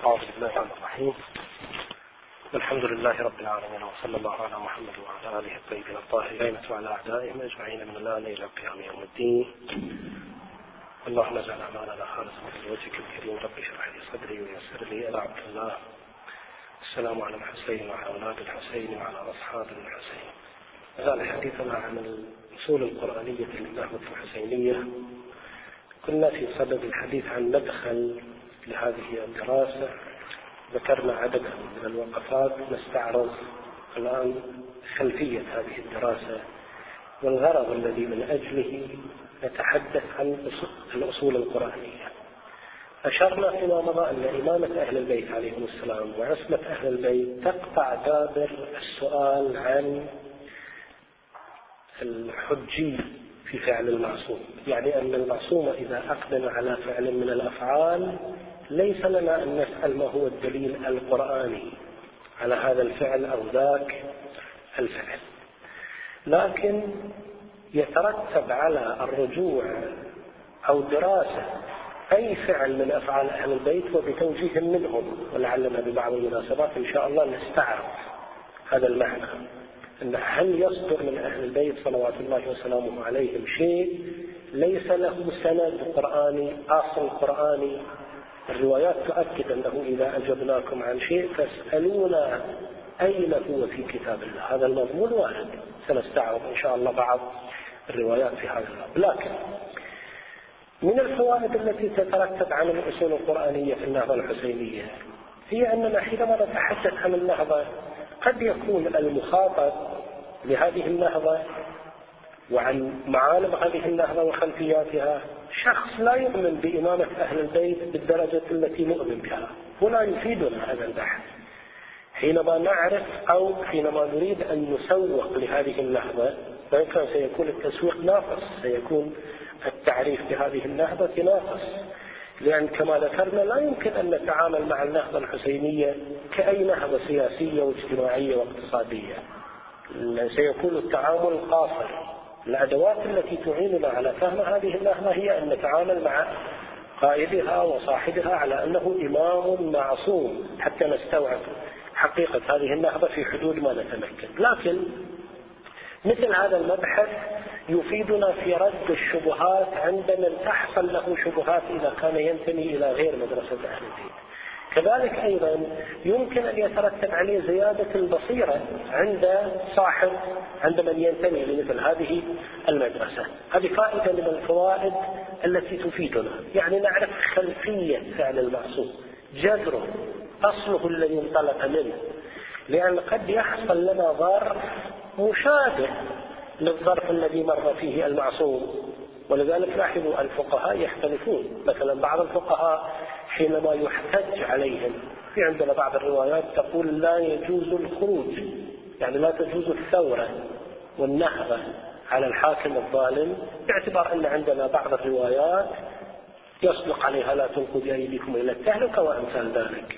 أعوذ بالله الرحمن الرحيم. والحمد لله رب العالمين، وصلى الله على محمد وعلى آله الطيبين الطاهرين وعلى أعدائهم أجمعين من الآن إلى قيام يوم الدين. اللهم اجعل أعمالنا خالصة لوجهك الكريم. رب اشرح لي صدري ويسر لي إلى عبد الله. السلام على الحسين وعلى أولاد الحسين وعلى أصحاب الحسين. هذا حديثنا عن الأصول القرآنية للنهضة الحسينية. كنا في صدد الحديث عن مدخل لهذه الدراسة، ذكرنا عددا من الوقفات. نستعرض الآن خلفية هذه الدراسة والغرض الذي من أجله نتحدث عن الأصول القرآنية. أشرنا فيما مضى أن إمامة أهل البيت عليهم السلام وعصمة أهل البيت تقطع دابر السؤال عن الحجية في فعل المعصوم، يعني أن المعصوم إذا أقدم على فعل من الأفعال ليس لنا أن نسأل ما هو الدليل القرآني على هذا الفعل أو ذاك الفعل، لكن يترتب على الرجوع أو دراسة أي فعل من أفعال أهل البيت وبتوجيه منهم، ولعلنا ببعض المناسبات إن شاء الله نستعرض هذا المعنى، أن هل يصدر من أهل البيت صلوات الله وسلامه عليهم شيء ليس له سند قرآني أصل قرآني. الروايات تؤكد أنه إذا أجبناكم عن شيء فاسألونا أين هو في كتاب الله. هذا المضمون وارد، سنستعرض إن شاء الله بعض الروايات في هذا الباب. لكن من الفوائد التي تترتب عن الأصول القرآنية في النهضة الحسينية هي أننا حينما نتحدث عن النهضة قد يكون المخاطب لهذه النهضة وعن معالم هذه النهضة وخلفياتها شخص لا يؤمن بإمامة أهل البيت بالدرجة التي نؤمن بها. هنا يفيدنا هذا البحث حينما نعرف أو حينما نريد أن نسوق لهذه النهضة، وإن كان سيكون التسويق ناقص، سيكون التعريف بهذه النهضة ناقص، لأن كما ذكرنا لا يمكن أن نتعامل مع النهضة الحسينية كأي نهضة سياسية واجتماعية واقتصادية. سيكون التعامل قاصر. الأدوات التي تعيننا على فهم هذه النهضة هي أن نتعامل مع قائدها وصاحبها على أنه إمام معصوم حتى نستوعب حقيقة هذه النهضة في حدود ما نتمكن. لكن مثل هذا المبحث يفيدنا في رد الشبهات عند من تحصل له شبهات إذا كان ينتمي إلى غير مدرسة أهل البيت. كذلك أيضا يمكن أن يترتب عليه زيادة البصيرة عند من ينتمي لمثل هذه المدرسة. هذه فائدة من الفوائد التي تفيدنا، يعني نعرف خلفية فعل المعصوم، جذره، أصله الذي انطلق منه، لأن قد يحصل لنا ظرف مشابه للظرف الذي مر فيه المعصوم. ولذلك لاحظوا الفقهاء يختلفون. مثلا بعض الفقهاء حينما يحتج عليهم في عندنا بعض الروايات تقول لا يجوز الخروج، يعني لا تجوز الثورة والنهضة على الحاكم الظالم، باعتبار أن عندنا بعض الروايات يصدق عليها لا تلقوا بأيديكم إلى التهلكة وأمثال ذلك.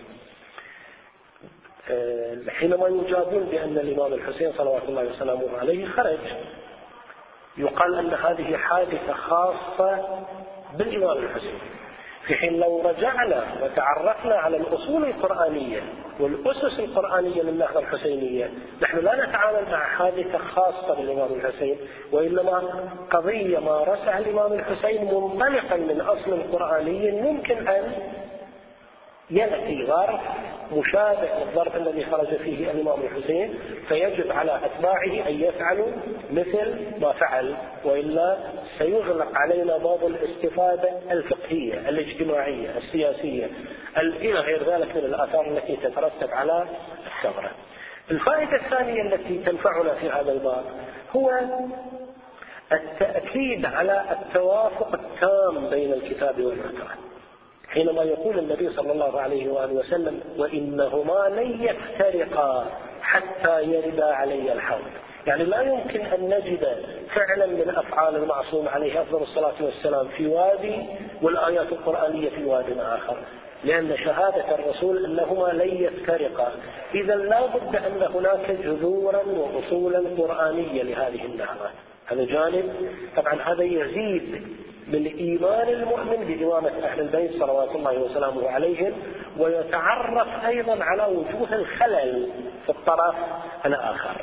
حينما يجابون بأن الإمام الحسين صلوات الله وسلامه عليه خرج، يقال أن هذه حادثة خاصة بالإمام الحسين، في حين لو رجعنا وتعرفنا على الأصول القرآنية والأسس القرآنية للنهضة الحسينية نحن لا نتعامل مع حادثة خاصة بالإمام الحسين، وإنما قضية مارسها الإمام الحسين منطلقا من أصل قرآني ممكن أن يأتي ظرف مشابه للظرف الذي خرج فيه الإمام الحسين، فيجب على أتباعه أن يفعلوا مثل ما فعل، وإلا سيغلق علينا باب الاستفادة الفقهية الاجتماعية السياسية إلى غير ذلك من الآثار التي تترتب على الثورة. الفائدة الثانية التي تنفعنا في هذا الباب هو التأكيد على التوافق التام بين الكتاب والقرآن، حينما يقول النبي صلى الله عليه وآله وسلم وإنهما لن يفترقا حتى يرد علي الحوض. يعني لا يمكن أن نجد فعلا من أفعال المعصوم عليه أفضل الصلاة والسلام في وادي والآيات القرآنية في واد آخر، لأن شهادة الرسول أنهما لن يفترقا. إذا لا بد أن هناك جذورا وأصولا قرآنية لهذه النهضة. هذا جانب. طبعا هذا يزيد من إيمان المؤمن بإمامة أهل البيت صلوات الله وسلامه عليهم، ويتعرف أيضا على وجوه الخلل في الطرف الآخر.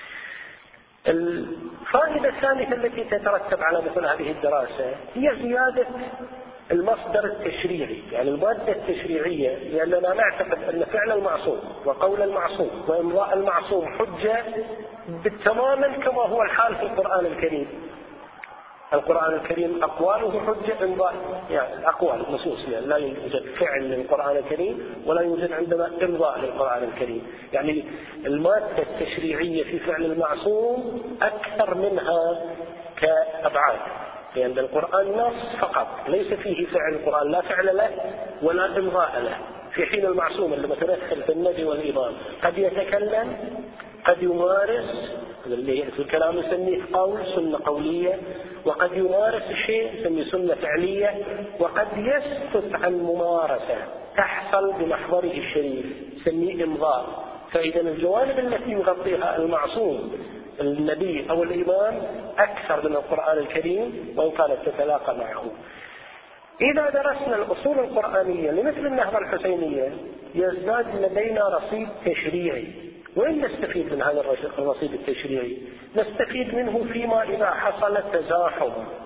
الفائدة الثالثة التي تترتب على مثل هذه الدراسة هي زيادة المصدر التشريعي، يعني المادة التشريعية، لأننا نعتقد أن فعل المعصوم وقول المعصوم وإمضاء المعصوم حجة بالتماما كما هو الحال في القرآن الكريم. القرآن الكريم أقواله حجة، إمضاء يعني الأقوال نصوص، يعني لا يوجد فعل للقرآن الكريم ولا يوجد عندنا إمضاء للقرآن الكريم. يعني المادة التشريعية في فعل المعصوم أكثر منها كأبعاد، لأن القرآن نص فقط ليس فيه فعل القرآن، لا فعل له ولا إمضاء له، في حين المعصوم اللي متمثل في النبي والإمام قد يتكلم، قد يمارس، اللي في الكلام يسميه قول سنة قولية، وقد يمارس الشيء يسميه سنة فعلية، وقد يسكت عن ممارسة تحصل بمحضره الشريف يسميه إمضاء. فإذا الجوانب التي يغطيها المعصوم النبي أو الإمام أكثر من القرآن الكريم وإن كانت تتلاقى معه. إذا درسنا الأصول القرآنية لمثل النهضة الحسينية يزداد لدينا رصيد تشريعي. وين نستفيد من هذا الرصيد التشريعي؟ نستفيد منه فيما إذا حصل تزاحم،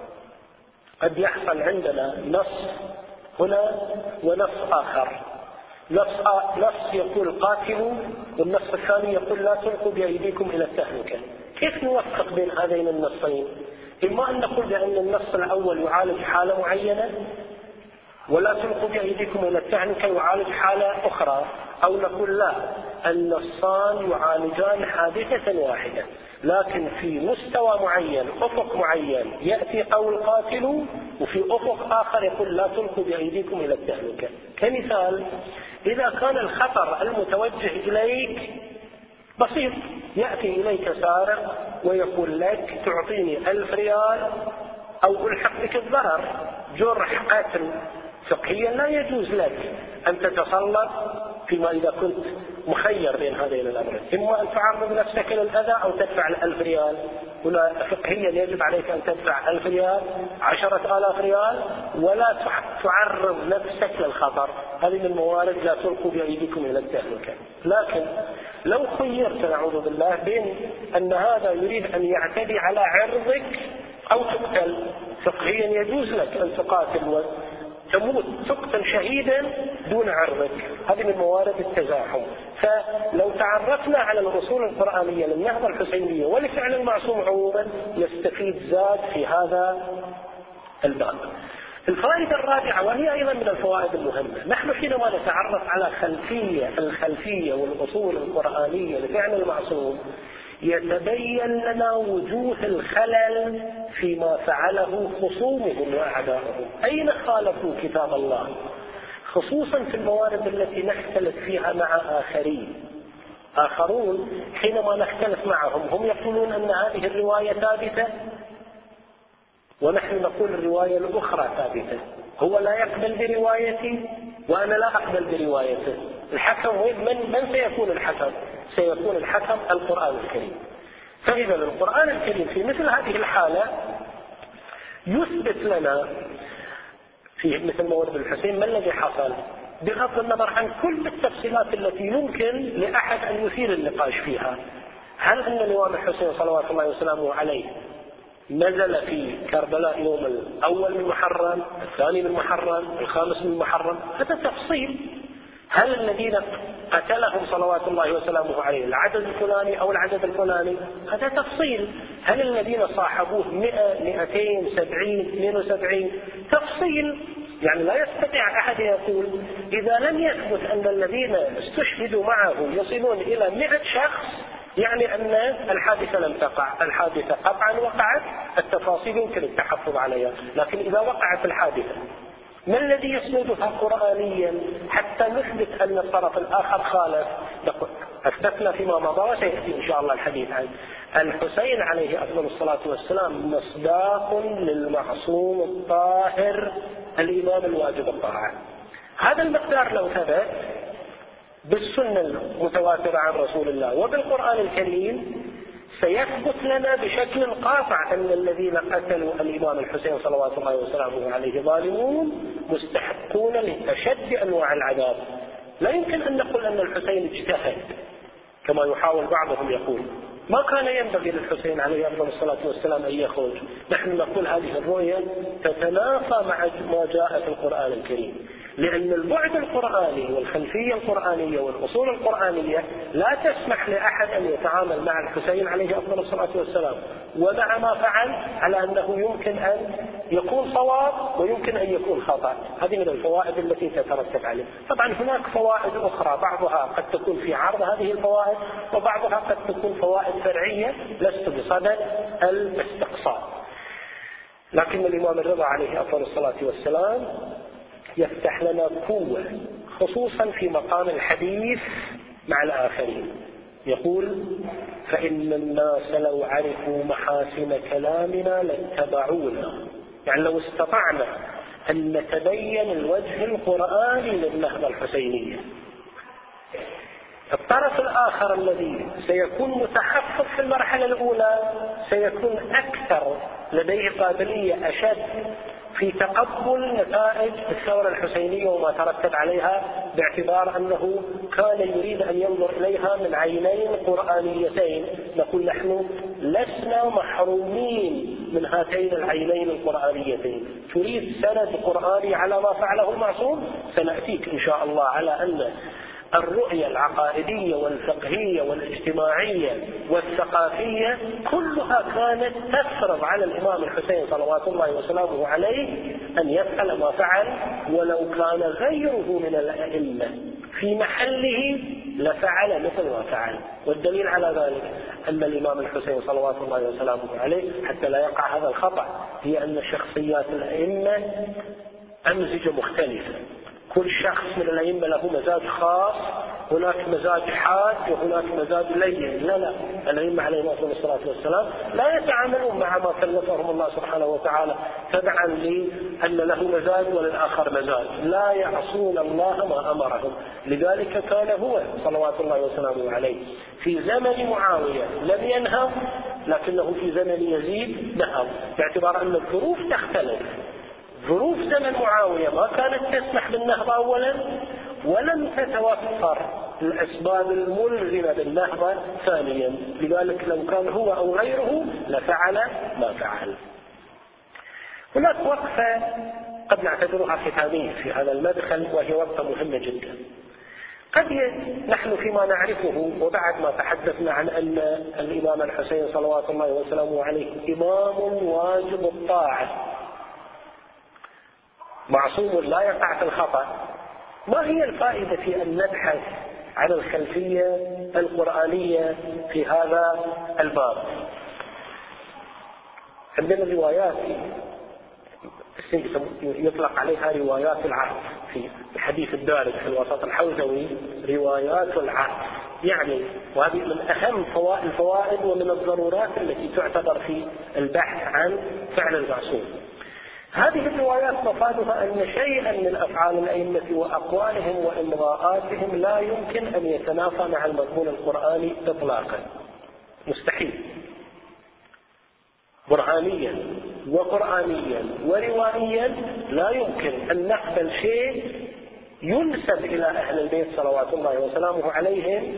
قد يحصل عندنا نص هنا ونص آخر، نص يقول قاتلوا والنص الثاني يقول لا تلقوا بأيديكم إلى التهلكة. كيف نوفق بين هذين النصين؟ إما أن نقول بأن النص الأول يعالج حالة معينة ولا تلقوا بأيديكم إلى التهلكة يعالج حالة أخرى، أو نقول لا، النصان يعالجان حادثة واحدة لكن في مستوى معين، أفق معين يأتي قول قاتلوا، وفي أفق آخر يقول لا تلقوا بأيديكم إلى التهلكة. كمثال، إذا كان الخطر المتوجه إليك بسيط، يأتي إليك سارق ويقول لك تعطيني 1000 ريال أو ألحق بك الضرر، جرح قتل، فقهيا لا يجوز لك أن تتسلط فيما إذا كنت مخير بين هذين الأمرين، إما أن تعرض نفسك للأذى أو تدفع 1000 ريال. هنا فقهيا يجب عليك أن تدفع 1000 ريال، 10,000 ريال، ولا تعرض نفسك للخطر. هذه من الموارد لا تلقوا بأيديكم إلى التهلكة. لكن لو خيرت نعوذ بالله بين أن هذا يريد أن يعتدي على عرضك أو تقتل، فقهيا يجوز لك أن تقاتل تموت تقتل شهيدا دون عرضك. هذه من موارد التزاحم. فلو تعرفنا على الأصول القرآنية للنهضة الحسينية ولفعل المعصوم عموما نستفيد زاد في هذا الباب. الفائدة الرابعة وهي أيضا من الفوائد المهمة، نحن حينما نتعرف على الخلفية والأصول القرآنية لفعل المعصوم يتبين لنا وجوه الخلل فيما فعله خصومهم وأعداؤهم. أين خالفوا كتاب الله؟ خصوصا في الموارد التي نختلف فيها مع آخرون حينما نختلف معهم هم يقولون أن هذه الرواية ثابتة ونحن نقول الرواية الأخرى ثابتة، هو لا يقبل بروايتي وأنا لا أقبل بروايته. الحكم من سيكون الحكم؟ سيكون الحكم القرآن الكريم. فإذا القرآن الكريم في مثل هذه الحالة يثبت لنا في مثل مورد الحسين ما الذي حصل، بغض النظر عن كل التفصيلات التي يمكن لأحد أن يثير النقاش فيها. هل أن الإمام الحسين صلوات الله وسلامه عليه نزل في كربلاء يوم الأول من محرم، الثاني من محرم، الخامس من محرم؟ هذا تفصيل. هل الذين قتلهم صلوات الله وسلامه عليه العدد الفلاني أو العدد الفلاني؟ هذا تفصيل. هل الذين صاحبوه 100 200 70 72؟ تفصيل. يعني لا يستطيع أحد يقول إذا لم يثبت أن الذين استشهدوا معه يصلون إلى 100 شخص يعني أن الحادثة لم تقع. الحادثة قطعا وقعت، التفاصيل يمكن التحفظ عليها، لكن إذا وقعت الحادثة ما الذي يسندها قرآنيا حتى نثبت أن الطرف الآخر خالف؟ أثبتنا فيما مضى وسيأتي إن شاء الله الحديث عن الحسين عليه أفضل الصلاة والسلام مصداق للمعصوم الطاهر الإمام الواجب الطاعة. هذا المقدار لو ثبت بالسنة المتواترة عن رسول الله وبالقرآن الكريم سيثبت لنا بشكل قاطع أن الذين قتلوا الإمام الحسين صلوات الله وسلامه عليه ظالمون مستحقون لأشد أنواع العذاب. لا يمكن أن نقول أن الحسين اجتهد كما يحاول بعضهم يقول. ما كان ينبغي للحسين عليه أفضل الصلاة والسلام أن يخرج. نحن نقول هذه الرؤية تتنافى مع ما جاء في القرآن الكريم، لأن البعد القرآني والخلفية القرآنية والأصول القرآنية لا تسمح لأحد أن يتعامل مع الحسين عليه أفضل الصلاة والسلام ومع ما فعل على أنه يمكن أن يكون صواب ويمكن أن يكون خطأ. هذه من الفوائد التي تترتب عليه. طبعا هناك فوائد أخرى بعضها قد تكون في عرض هذه الفوائد وبعضها قد تكون فوائد فرعية لست بصدد الاستقصاء. لكن الإمام الرضا عليه أفضل الصلاة والسلام يفتح لنا قوة خصوصا في مقام الحديث مع الآخرين. يقول: فإن الناس لو عرفوا محاسن كلامنا لاتبعونا. يعني لو استطعنا أن نتبين الوجه القرآني للنهضة الحسينية، الطرف الآخر الذي سيكون متحفظ في المرحلة الأولى سيكون أكثر لديه قابلية أشد في تقبل نتائج الثورة الحسينية وما ترتب عليها، باعتبار أنه كان يريد أن ينظر إليها من عينين قرآنيتين. نقول نحن لسنا محرومين من هاتين العينين القرآنيتين. تريد سند قرآني على ما فعله المعصوم؟ سنأتيك إن شاء الله على أن الرؤية العقائدية والفقهية والاجتماعية والثقافية كلها كانت تفرض على الإمام الحسين صلوات الله وسلامه عليه أن يفعل ما فعل، ولو كان غيره من الأئمة في محله لفعل مثل ما فعل. والدليل على ذلك أن الإمام الحسين صلوات الله وسلامه عليه، حتى لا يقع هذا الخطأ، هي أن شخصيات الأئمة أمزجة مختلفة. كل شخص من الأئمة له مزاج خاص، هناك مزاج حاد وهناك مزاج لين. لا، الأئمة عليهم أفضل الصلاة والسلام لا يتعاملون مع ما كلفهم الله سبحانه وتعالى تبعا لأن له مزاج وللآخر مزاج، لا يعصون الله ما أمرهم. لذلك كان هو صلوات الله وسلامه عليه في زمن معاوية لم ينهض، لكنه في زمن يزيد نهض، باعتبار أن الظروف تختلف. ظروف زمن معاوية ما كانت تسمح بالنهضة أولا، ولم تتوفر الأسباب الملزمة بالنهضة ثانيا. لذلك لو كان هو أو غيره لفعل ما فعل. هناك وقفة قد نعتبرها ختامية في هذا المدخل، وهي وقفة مهمة جدا. قد نحن فيما نعرفه وبعد ما تحدثنا عن أن الإمام الحسين صلوات الله وسلامه عليه إمام واجب الطاعة معصوم لا يقع في الخطأ، ما هي الفائدة في أن نبحث عن الخلفية القرآنية في هذا الباب؟ عندنا روايات يطلق عليها روايات العهد في الحديث الدارج في الوسط الحوزوي، روايات العهد. يعني وهذه من أهم الفوائد ومن الضرورات التي تعتبر في البحث عن فعل المعصوم. هذه الروايات مفادها أن شيئا من أفعال الأئمة وأقوالهم وإمضاءاتهم لا يمكن أن يتنافى مع المضمون القرآني إطلاقا، مستحيل. برهانيا وقرآنيا وروائيا لا يمكن أن نقبل شيء ينسب إلى أهل البيت صلوات الله وسلامه عليهم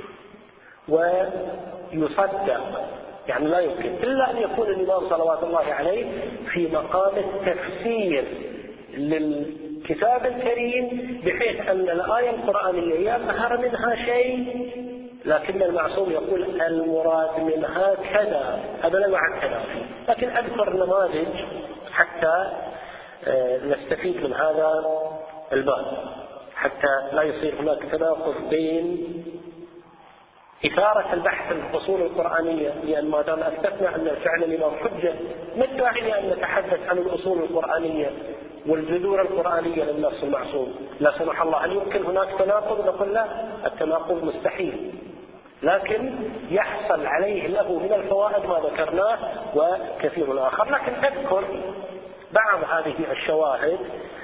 ويصدق، يعني لا يمكن إلا أن يكون الإمام صلوات الله عليه في مقام التفسير للكتاب الكريم، بحيث أن الآية القرآنية يظهر منها شيء لكن المعصوم يقول المراد منها كذا، هذا لا يعد كذا. لكن أذكر نماذج حتى نستفيد من هذا الباب، حتى لا يصير هناك تناقض بين إثارة البحث في الأصول القرآنية، لأن ما دام أثبتنا أن الفعل الإمام حجة، ما الداعي لأن نتحدث عن الأصول القرآنية والجذور القرآنية للنص المعصوم؟ لا سمح الله، هل يمكن هناك تناقض؟ نقول لا، التناقض مستحيل، لكن يحصل عليه له من الفوائد ما ذكرناه وكثير آخر. لكن أذكر بعض هذه الشواهد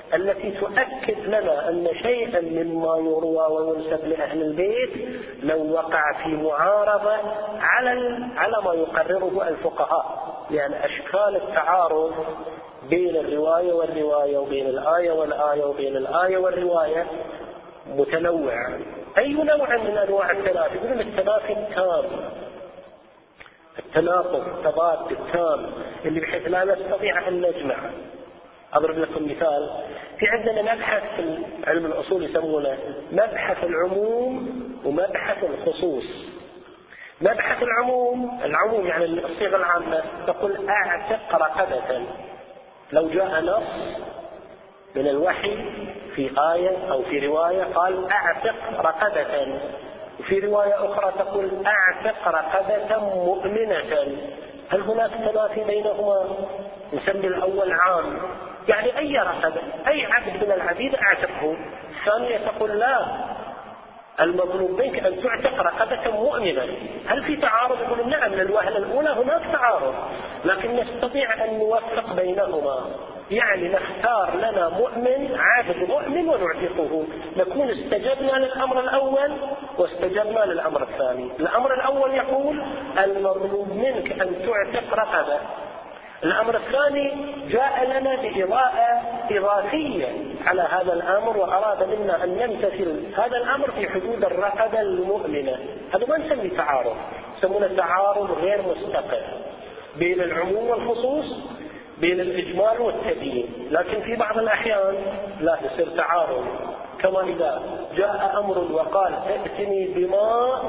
التي تؤكد لنا أن شيئا مما يروى وينسب لأهل البيت لو وقع في معارضة على ما يقرره الفقهاء، لأن أشكال التعارض بين الرواية والرواية وبين الآية والآية وبين الآية والرواية متنوعة. أي نوع من أنواع التنافي؟ يقولون التنافي التام، التناقض، التضاد التام اللي بحيث لا نستطيع أن نجمع. أضرب لكم مثال. في عندنا مبحث في علم الأصول يسمونه مبحث العموم ومبحث الخصوص. مبحث العموم يعني الصيغة العامة، تقول أعتق رقبة. لو جاء نص من الوحي في آية أو في رواية قال أعتق رقبة، وفي رواية أخرى تقول أعتق رقبة مؤمنة، هل هناك تنافي بينهما؟ نسمي الأول عام، يعني أي رقبة، أي عبد من العبيد أعتقه. الثانية تقول لا، المطلوب منك أن تعتق رقبة مؤمنة. هل في تعارض؟ يقول نعم، للوهلة الأولى هناك تعارض، لكن نستطيع أن نوفق بينهما، يعني نختار لنا مؤمن، عابد مؤمن ونعتقه، نكون استجبنا للأمر الأول واستجبنا للأمر الثاني. الأمر الأول يقول المطلوب منك أن تعتق رقبة، الأمر الثاني جاء لنا بإضاءة إضافية على هذا الأمر وأراد منا أن نمتثل هذا الأمر في حدود الرقبة المؤمنة. هذا ما نسمي تعارض، يسمونه تعارض غير مستقر بين العموم والخصوص، بين الإجمال والتبيين. لكن في بعض الأحيان لا يصير تعارض، كما إذا جاء أمر وقال ائتني بماء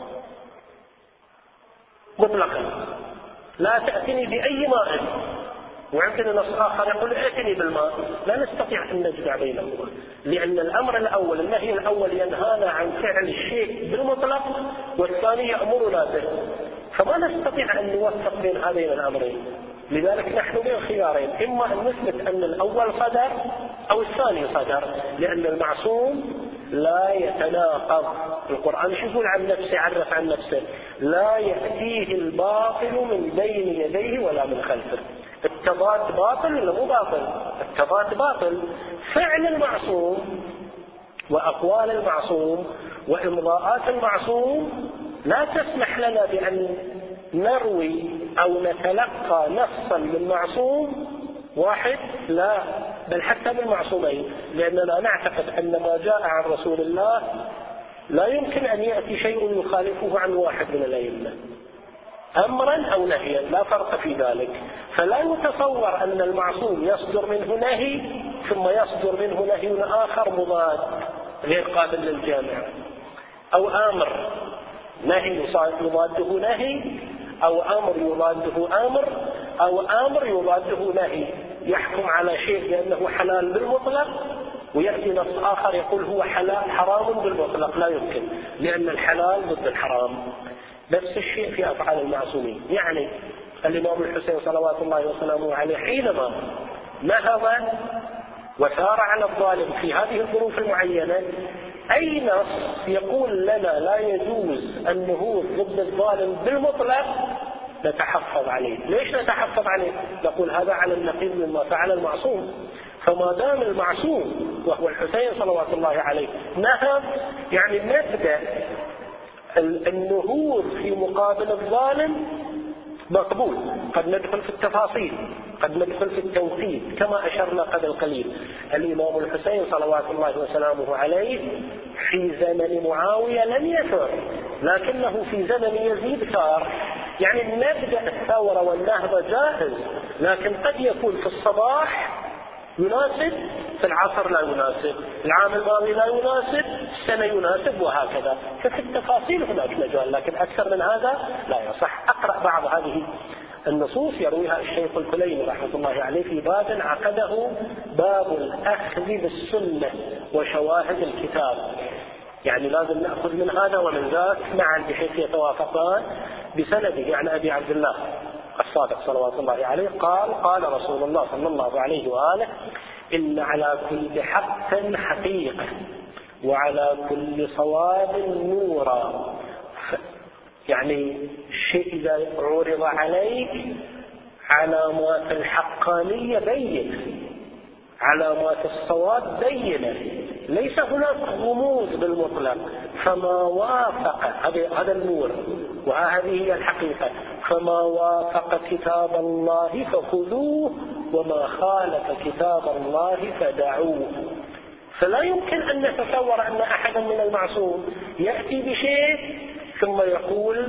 مطلقا، لا تأتني بأي ماء، وعندنا نص آخر يقول ائتني بالماء، لا نستطيع أن نجمع بينهما، لأن الأمر الأول، النهي الأول ينهانا عن فعل الشيء بالمطلق، والثاني يأمرنا به، فما نستطيع أن نوفق بين هذين الأمرين. لذلك نحن بين خيارين، إما أن نثبت أن الأول صدر أو الثاني صدر، لأن المعصوم لا يتناقض. القرآن شو يقول عن نفسه؟ عرف عن نفسه لا يأتيه الباطل من بين يديه ولا من خلفه. التضاد باطل ولا مو باطل؟ التضاد باطل. فعل المعصوم وأقوال المعصوم وإمضاءات المعصوم لا تسمح لنا بأن نروي أو نتلقى نصا من معصوم واحد، لا، بل حتى من معصومين، لأننا نعتقد أن ما جاء عن رسول الله لا يمكن أن يأتي شيء يخالفه عن واحد من الأئمة، أمرا أو نهيا، لا فرق في ذلك. فلا يتصور أن المعصوم يصدر منه نهي ثم يصدر منه نهي آخر مضاد غير قابل للجامع، أو أمر نهي يضاده نهي، أو أمر يضاده أمر، أو أمر يضاده نهي، يحكم على شيء بأنه حلال بالمطلق ويأتي نص آخر يقول هو حرام بالمطلق. لا يمكن، لأن الحلال ضد الحرام. نفس الشيء في أفعال المعصومين. يعني الإمام الحسين صلوات الله وسلامه عليه حينما نهض وثار على الظالم في هذه الظروف المعينة، أي نص يقول لنا لا يجوز النهوض ضد الظالم بالمطلق نتحفظ عليه. ليش نتحفظ عليه؟ نقول هذا على النقيض مما فعل المعصوم. فما دام المعصوم وهو الحسين صلوات الله عليه نهض، يعني نبدأ النهوض في مقابل الظالم مقبول. قد ندخل في التفاصيل، قد ندخل في التوقيت كما أشرنا قبل قليل. الإمام الحسين صلوات الله وسلامه عليه في زمن معاوية لم يثر، لكنه في زمن يزيد ثار. يعني نبدأ الثورة والنهضة جاهز، لكن قد يكون في الصباح يناسب، في العصر لا يناسب، العام الماضي لا يناسب، السنة يناسب، وهكذا. ففي التفاصيل هناك مجال، لكن أكثر من هذا لا يصح. أقرأ بعض هذه النصوص يرويها الشيخ الكليني رحمة الله عليه في باب عقده باب الأخذ بالسنة وشواهد الكتاب. يعني لازم نأخذ من هذا ومن ذاك معا بحيث يتوافقان بسنده عن أبي عبد الله الصادق صلوات الله عليه قال قال رسول الله صلى الله عليه وآله: إن على كل حق حقيقة وعلى كل صواب نورا. يعني الشيء إذا عرض عليك علامات الحقانية بين، علامات الصواب بينة، ليس هناك غموض بالمطلق. فما وافق، هذا النور وهذه هي الحقيقة، فما وافق كتاب الله فخذوه وما خالف كتاب الله فدعوه. فلا يمكن أن نتصور أن أحدا من المعصوم يأتي بشيء ثم يقول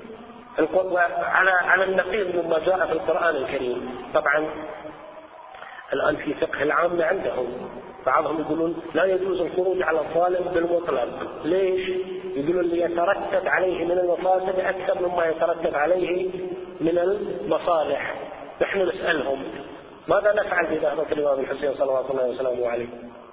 على النقيض مما جاء في القرآن الكريم. طبعا الآن في فقه العامة عندهم بعضهم يقولون لا يجوز الخروج على الظالم بالمطلق. ليش؟ يقولون ليترتب عليه من المفاسد أكثر مما يترتب عليه من المصالح. نحن نسألهم ماذا نفعل بذهبة الإمام الحسين صلوات الله وسلامه عليه؟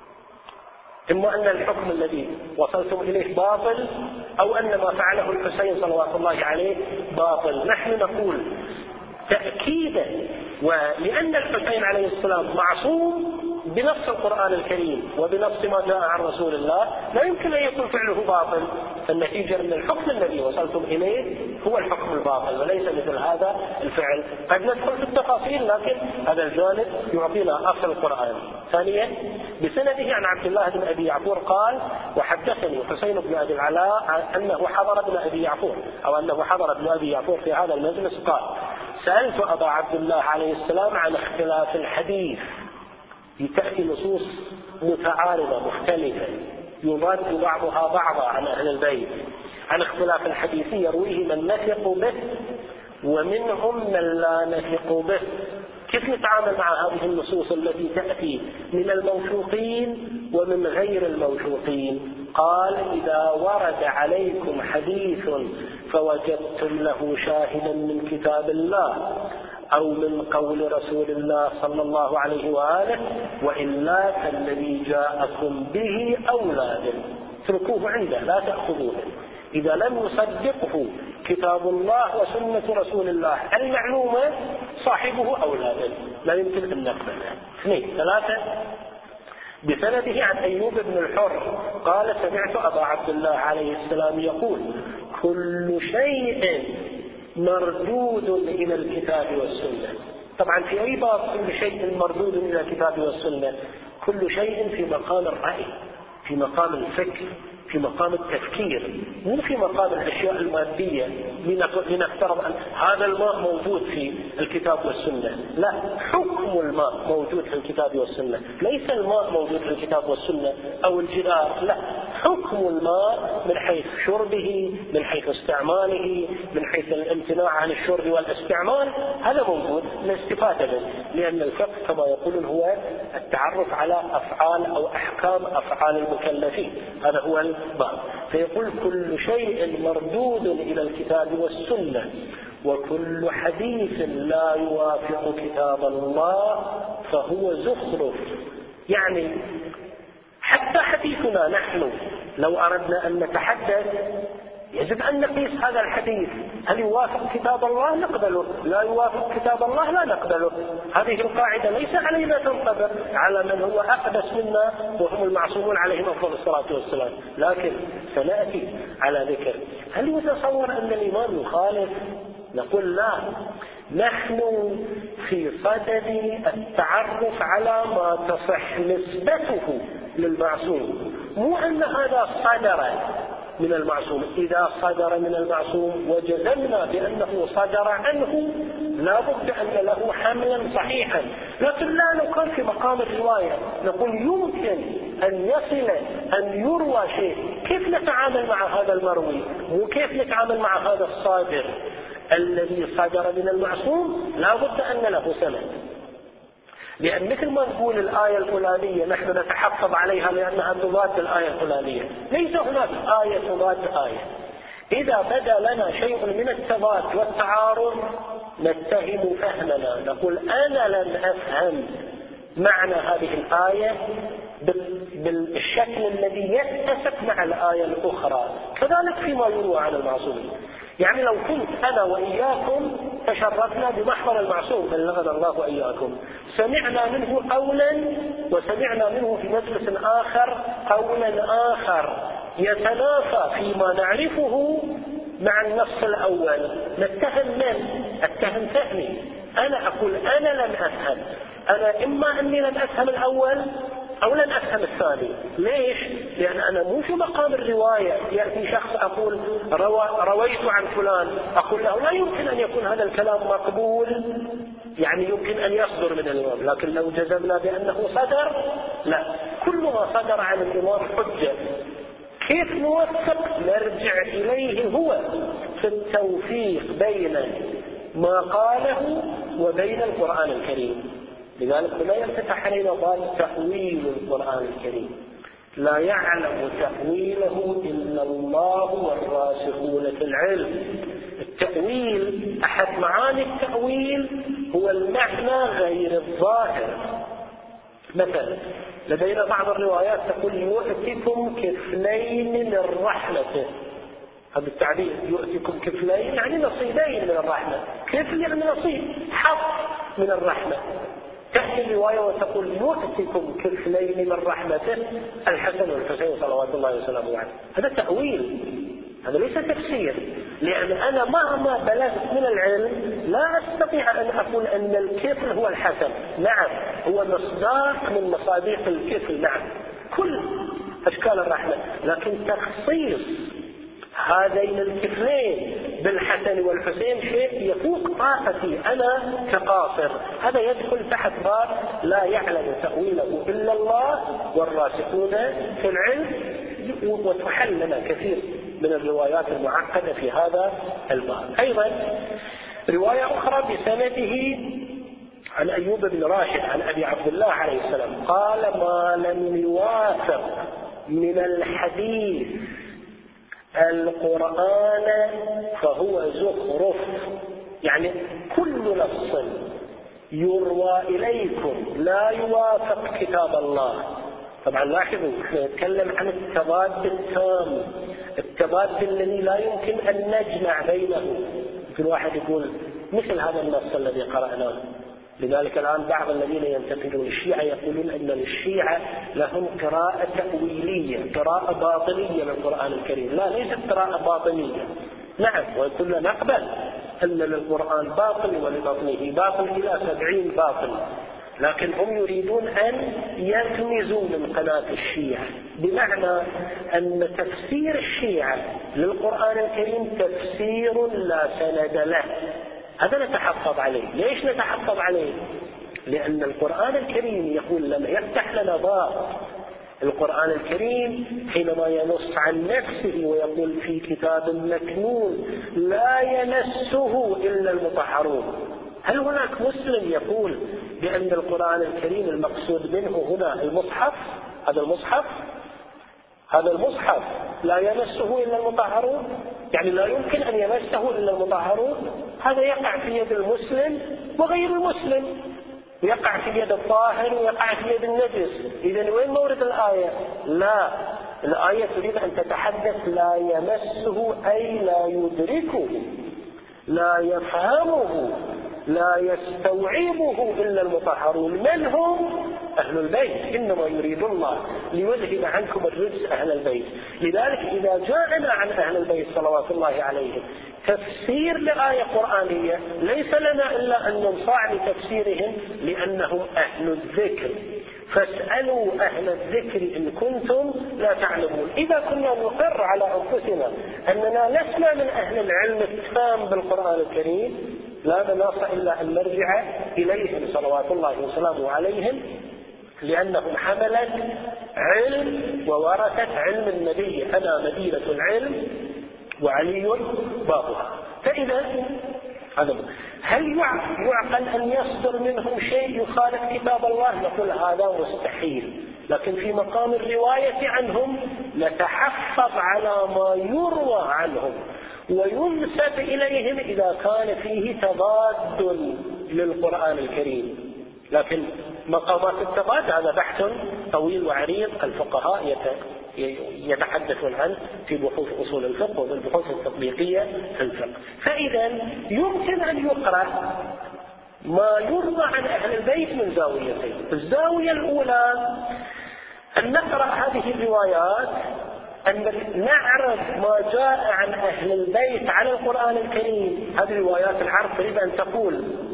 إما أن الحكم الذي وصلتم إليه باطل أو أن ما فعله الحسين صلوات الله عليه باطل. نحن نقول تأكيدا ولأن الحسين عليه السلام معصوم بنص القرآن الكريم وبنص ما جاء عن رسول الله، لا يمكن أن يكون فعله باطل. فالنتيجة من الحكم الذي وصلتم إليه هو الحكم الباطل وليس مثل هذا الفعل. قد ندخل في التفاصيل لكن هذا الجانب يعطينا أصل القرآن. ثانيا بسنده عن عبد الله بن أبي يعفور قال وحدثني حسين بن أبي العلاء أنه حضر ابن أبي يعفور أو أنه حضر ابن أبي يعفور في هذا المجلس قال سألت أبا عبد الله عليه السلام عن اختلاف الحديث. تأتي نصوص متعارضة مختلفة يضاد بعضها بعضا عن أهل البيت، عن اختلاف الحديث يرويه من نثق به ومنهم من لا نثق به. كيف نتعامل مع هذه النصوص التي تأتي من الموثوقين ومن غير الموثوقين؟ قال إذا ورد عليكم حديث فوجدتم له شاهدا من كتاب الله أو من قول رسول الله صلى الله عليه وآله وإلا فالذي جاءكم به أولى به اتركوه عنده لا تأخذوه. إذا لم يصدقه كتاب الله وسنة رسول الله المعلومة صاحبه أولى به لا يمكن أن نقبله. 2 3 بسنده عن أيوب بن الحر قال سمعت أبا عبد الله عليه السلام يقول كل شيء مردود إلى الكتاب والسنة. طبعا في أي باب كل شيء مردود إلى الكتاب والسنة؟ كل شيء في مقام الرأي، في مقام الفكر، في مقام التفكير، مو في مقام الأشياء المادية. لنفترض أن هذا الماء موجود في الكتاب والسنة، لا، حكم الماء موجود في الكتاب والسنة، ليس الماء موجود في الكتاب والسنة أو الجدار، لا، حكم الماء من حيث شربه، من حيث استعماله، من حيث الامتناع عن الشرب والاستعمال، هذا موجود الاستفادة منه. لأن الفقه كما يقولون هو التعرف على أفعال أو أحكام أفعال المكلفين، هذا هو الباب. فيقول كل شيء مردود إلى الكتاب والسنة وكل حديث لا يوافق كتاب الله فهو زخرف. يعني حتى حديثنا نحن لو أردنا أن نتحدث يجب أن نقيس هذا الحديث، هل يوافق كتاب الله نقبله، لا يوافق كتاب الله لا نقبله. هذه القاعدة ليس علينا تنطبق على من هو أقدس منا وهم المعصومون عليهم أفضل الصلاة والسلام. لكن سنأتي على ذكر هل يتصور أن الإمام يخالف؟ نقول لا، نحن في صدد التعرف على ما تصح نسبته للمعصوم، مو أن هذا صدر من المعصوم. إذا صدر من المعصوم وجزمنا بأنه صدر عنه لا بد أن له حملا صحيحا، لكن لا نقول في مقام الرواية، نقول يمكن أن يصل أن يروى شيء. كيف نتعامل مع هذا المروي وكيف نتعامل مع هذا الصادر؟ الذي صدر من المعصوم لا بد أن له سند، لأن مثل ما نقول الآية الفلانية نحن نتحفظ عليها لأنها تضاد الآية الفلانية، ليس هناك آية تضاد آية. إذا بدا لنا شيء من التضاد والتعارض نتهم فهمنا، نقول أنا لم أفهم معنى هذه الآية بالشكل الذي يتسق مع الآية الأخرى. كذلك فيما يروى عن المعصومين. يعني لو كنت أنا وإياكم تشرفنا بمحضر المعصوم بلغنا الله وإياكم، سمعنا منه قولا وسمعنا منه في مجلس آخر قولا آخر يتنافى فيما نعرفه مع النص الأول، نتهم من؟ أتهم فهمي. أنا أقول أنا لم أفهم، أنا إما أني لن أفهم الأول أو لن أفهم الثاني. ليش؟ لأن أنا مو في مقام الرواية. يأتي شخص أقول رويت عن فلان، أقول له لا يمكن أن يكون هذا الكلام مقبول، يعني يمكن أن يصدر من الإمام، لكن لو جزمنا بأنه صدر، لا، كل ما صدر عن الإمام حجة. كيف نوفق؟ نرجع إليه هو في التوفيق بين ما قاله وبين القرآن الكريم. لذلك لا ينفتح علينا باب تأويل القرآن الكريم، لا يعلم تأويله إلا الله والراسخون في العلم. التأويل أحد معاني التأويل هو المعنى غير الظاهر. مثلا لدينا بعض الروايات تقول يؤتكم كفلين من رحمته. هذا التعبير يؤتكم كفلين يعني نصيبين من الرحمة. كفل يعني نصيب، حظ من الرحمة. تأتي الرواية وتقول يؤتكم كفلين من رحمته الحسن والحسين صلوات الله وسلامه عليه. هذا تأويل، هذا ليس تفسير. لأن أنا مهما بلغت من العلم لا أستطيع أن أقول أن الكفل هو الحسن. نعم، هو مصداق من مصادق الكفل، نعم، كل أشكال الرحمة، لكن تخصيص هذين الكفلين بالحسن والحسين شيء يفوق طاقتي أنا كقاصر. هذا يدخل تحت باب لا يعلم تأويله إلا الله والراسخون في العلم. وتحل لنا كثير من الروايات المعقدة في هذا الباب. أيضا رواية أخرى بسنده عن أيوب بن راشد عن أبي عبد الله عليه السلام قال ما لم يوافق من الحديث القرآن فهو زخرف. يعني كل نص يروى إليكم لا يوافق كتاب الله. طبعا لاحظوا احنا نتكلم عن التضاد التام، التضاد الذي لا يمكن أن نجمع بينه. يمكن واحد يقول مثل هذا النص الذي قرأناه. لذلك الآن بعض الذين ينتقدون الشيعة يقولون أن الشيعة لهم قراءة تأويلية، قراءة باطنية للقرآن الكريم. لا، ليست قراءة باطنية. نعم، وكلنا نقبل أن للقرآن باطل ولبطنه باطل إلى 70 باطل، لكن هم يريدون أن يغمزوا من قناة الشيعة، بمعنى أن تفسير الشيعة للقرآن الكريم تفسير لا سند له. هذا نتحفظ عليه. ليش نتحفظ عليه؟ لأن القرآن الكريم يقول لما يفتح لنا باب القرآن الكريم حينما ينص عن نفسه ويقول في كتاب مكنون لا يمسه إلا المطهرون. هل هناك مسلم يقول بأن القرآن الكريم المقصود منه هنا المصحف؟ هذا المصحف لا يمسه إلا المطهرون، يعني لا يمكن أن يمسه إلا المطهرون. هذا يقع في يد المسلم وغير المسلم، يقع في يد الطاهر ويقع في يد النجس. إذن وين مورد الآية؟ لا، الآية تريد أن تتحدث لا يمسه أي لا يدركه، لا يفهمه، لا يستوعبه إلا المطهرون. من هم؟ أهل البيت. إنما يريد الله ليذهب عنكم الرجس أهل البيت. لذلك إذا جاءنا عن أهل البيت صلوات الله عليهم تفسير لآية قرآنية ليس لنا إلا أن ننصاع لتفسيرهم لأنهم أهل الذكر. فاسألوا أهل الذكر إن كنتم لا تعلمون. إذا كنا نقر على أنفسنا أننا لسنا من أهل العلم التام بالقرآن الكريم لا مناص إلا أن نرجع إليهم صلوات الله وسلامه عليهم، لأنهم حملت علم وورثت علم النبي. أنا مدينة العلم وعلي بابها. فإذا هل يعقل أن يصدر منهم شيء يخالف كتاب الله؟ نقول هذا مستحيل. لكن في مقام الرواية عنهم نتحفظ على ما يروى عنهم وينسب إليهم إذا كان فيه تضاد للقرآن الكريم. لكن مقامات التضاد هذا بحث طويل وعريض الفقهاء يتحدثون عنه في بحوث أصول الفقه والبحوث التطبيقية في الفقه. فإذا يمكن أن يقرأ ما يروى عن أهل البيت من زاويتين. الزاوية الأولى أن نقرأ هذه الروايات، أن نعرف ما جاء عن أهل البيت على القرآن الكريم. هذه روايات العرب تريد أن تقول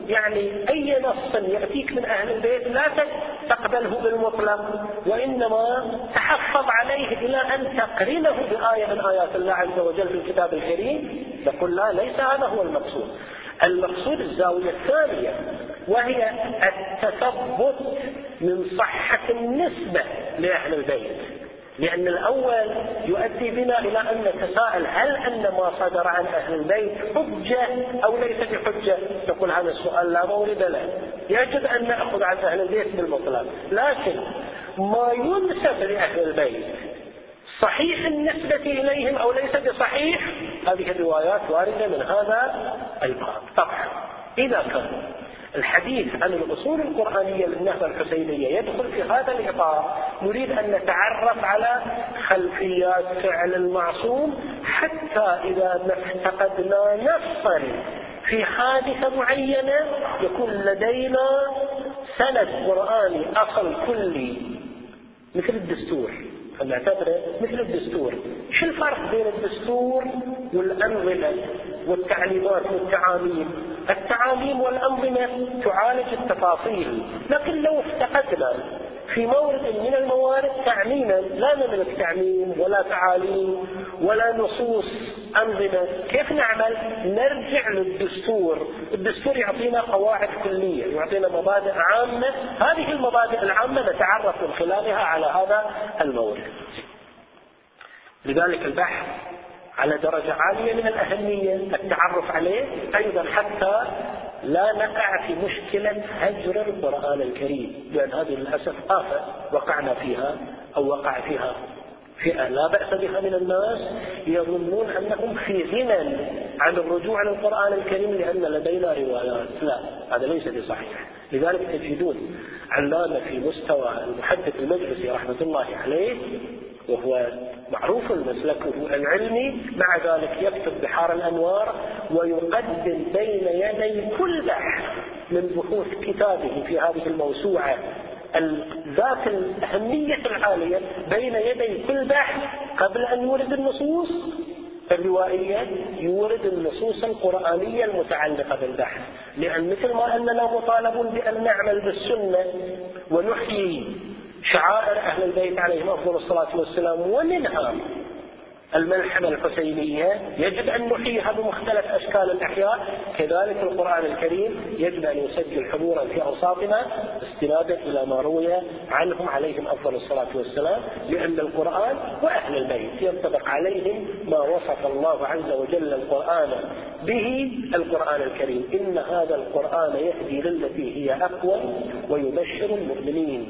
يعني أي نص يأتيك من أهل البيت لا تقبله بالمطلق، وإنما تحفظ عليه إلى أن تقرنه بآية من آيات الله عز وجل في الكتاب الكريم. نقول لا، ليس هذا هو المقصود. المقصود الزاوية الثانية، وهي التثبت من صحة النسبة لأهل البيت، لأن الأول يؤدي بنا إلى أن نتساءل هل أن ما صدر عن أهل البيت حجة أو ليس بحجة؟ نقول هذا السؤال لا مورد له، يجب أن نأخذ عن أهل البيت بالمطلق. لكن ما ينسب لأهل البيت صحيح النسبة إليهم أو ليس بصحيح، هذه الروايات واردة من هذا الباب. طبعا إذا كان الحديث عن الأصول القرآنية للنهضة الحسينية يدخل في هذا الإطار، نريد أن نتعرف على خلفيات فعل المعصوم، حتى إذا ما افتقدنا نصا في حادثة معينة يكون لدينا سند قرآني أصل كلي، مثل الدستور. فنعتبره مثل الدستور. شو الفرق بين الدستور والأنظمة والتعليمات والتعاليم؟ التعاليم والأنظمة تعالج التفاصيل، لكن لو افتقدنا في مورد من الموارد تعميما، لا نملك تعميم ولا تعاليم ولا نصوص أنظمة، كيف نعمل؟ نرجع للدستور. الدستور يعطينا قواعد كلية، يعطينا مبادئ عامة، هذه المبادئ العامة نتعرف من خلالها على هذا المورد. لذلك البحث على درجة عالية من الأهمية التعرف عليه أيضا، حتى لا نقع في مشكلة هجر القرآن الكريم، لأن هذه للأسف آفة وقعنا فيها أو وقع فيها فئة لا بأس بها من الناس، يظنون أنهم في غنى عن الرجوع للقرآن الكريم لأن لدينا روايات. لا، هذا ليس بصحيح. لذلك تجدون علامة في مستوى المحدث المجلسي رحمة الله عليه، وهو معروف مسلكه العلمي، مع ذلك يكتب بحار الأنوار ويقدم بين يدي كل بحث من بحوث كتابه في هذه الموسوعة ذات الأهمية العالية، بين يدي كل بحث قبل أن يورد النصوص الروائية يورد النصوص القرآنية المتعلقة بالبحث. لأن مثل ما أننا مطالبون بأن نعمل بالسنة ونحيي شعائر أهل البيت عليهم أفضل الصلاة والسلام، ومنها الملحمة الحسينية يجب أن نحييها بمختلف أشكال الأحياء، كذلك القرآن الكريم يجب أن يسجل حضورا في أوساطنا استنادا إلى ما روي عنهم عليهم أفضل الصلاة والسلام، لأن القرآن وأهل البيت ينطبق عليهم ما وصف الله عز وجل القرآن به القرآن الكريم: إن هذا القرآن يهدي للتي هي أقوى ويبشر المؤمنين.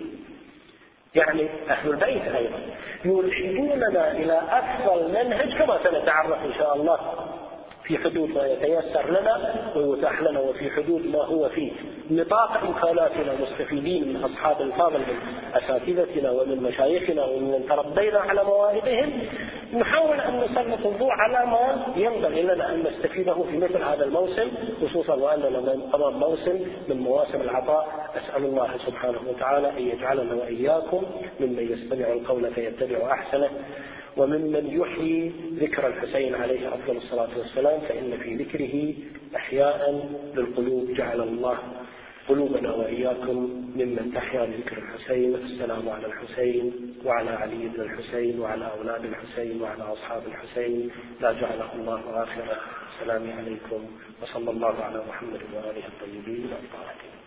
يعني أهل البيت أيضا يرشدوننا إلى أفضل منهج، كما سنتعرف إن شاء الله في حدود ما يتيسر لنا ويتاح لنا، وفي حدود ما هو في نطاق إمكاناتنا، مستفيدين من أصحاب الفاضل من أساتذتنا ومن مشايخنا ومن تربينا على مواهبهم، نحاول أن نسلط الضوء على ما ينبغي لنا أن نستفيده في مثل هذا الموسم، خصوصا وأننا أمام موسم من مواسم العطاء. أسأل الله سبحانه وتعالى أن يجعلنا وإياكم ممن يستمع القول فيتبع أحسنه، وممن يحيي ذكر الحسين عليه أفضل الصلاة والسلام، فإن في ذكره أحياء للقلوب. جعل الله قلوبنا وإياكم ممن تحيا بذكر الحسين. السلام على الحسين وعلى علي بن الحسين وعلى أولاد الحسين وعلى أصحاب الحسين، لا جعله الله آخر. السلام عليكم، وصلى الله على محمد وآله الطيبين الطاهرين.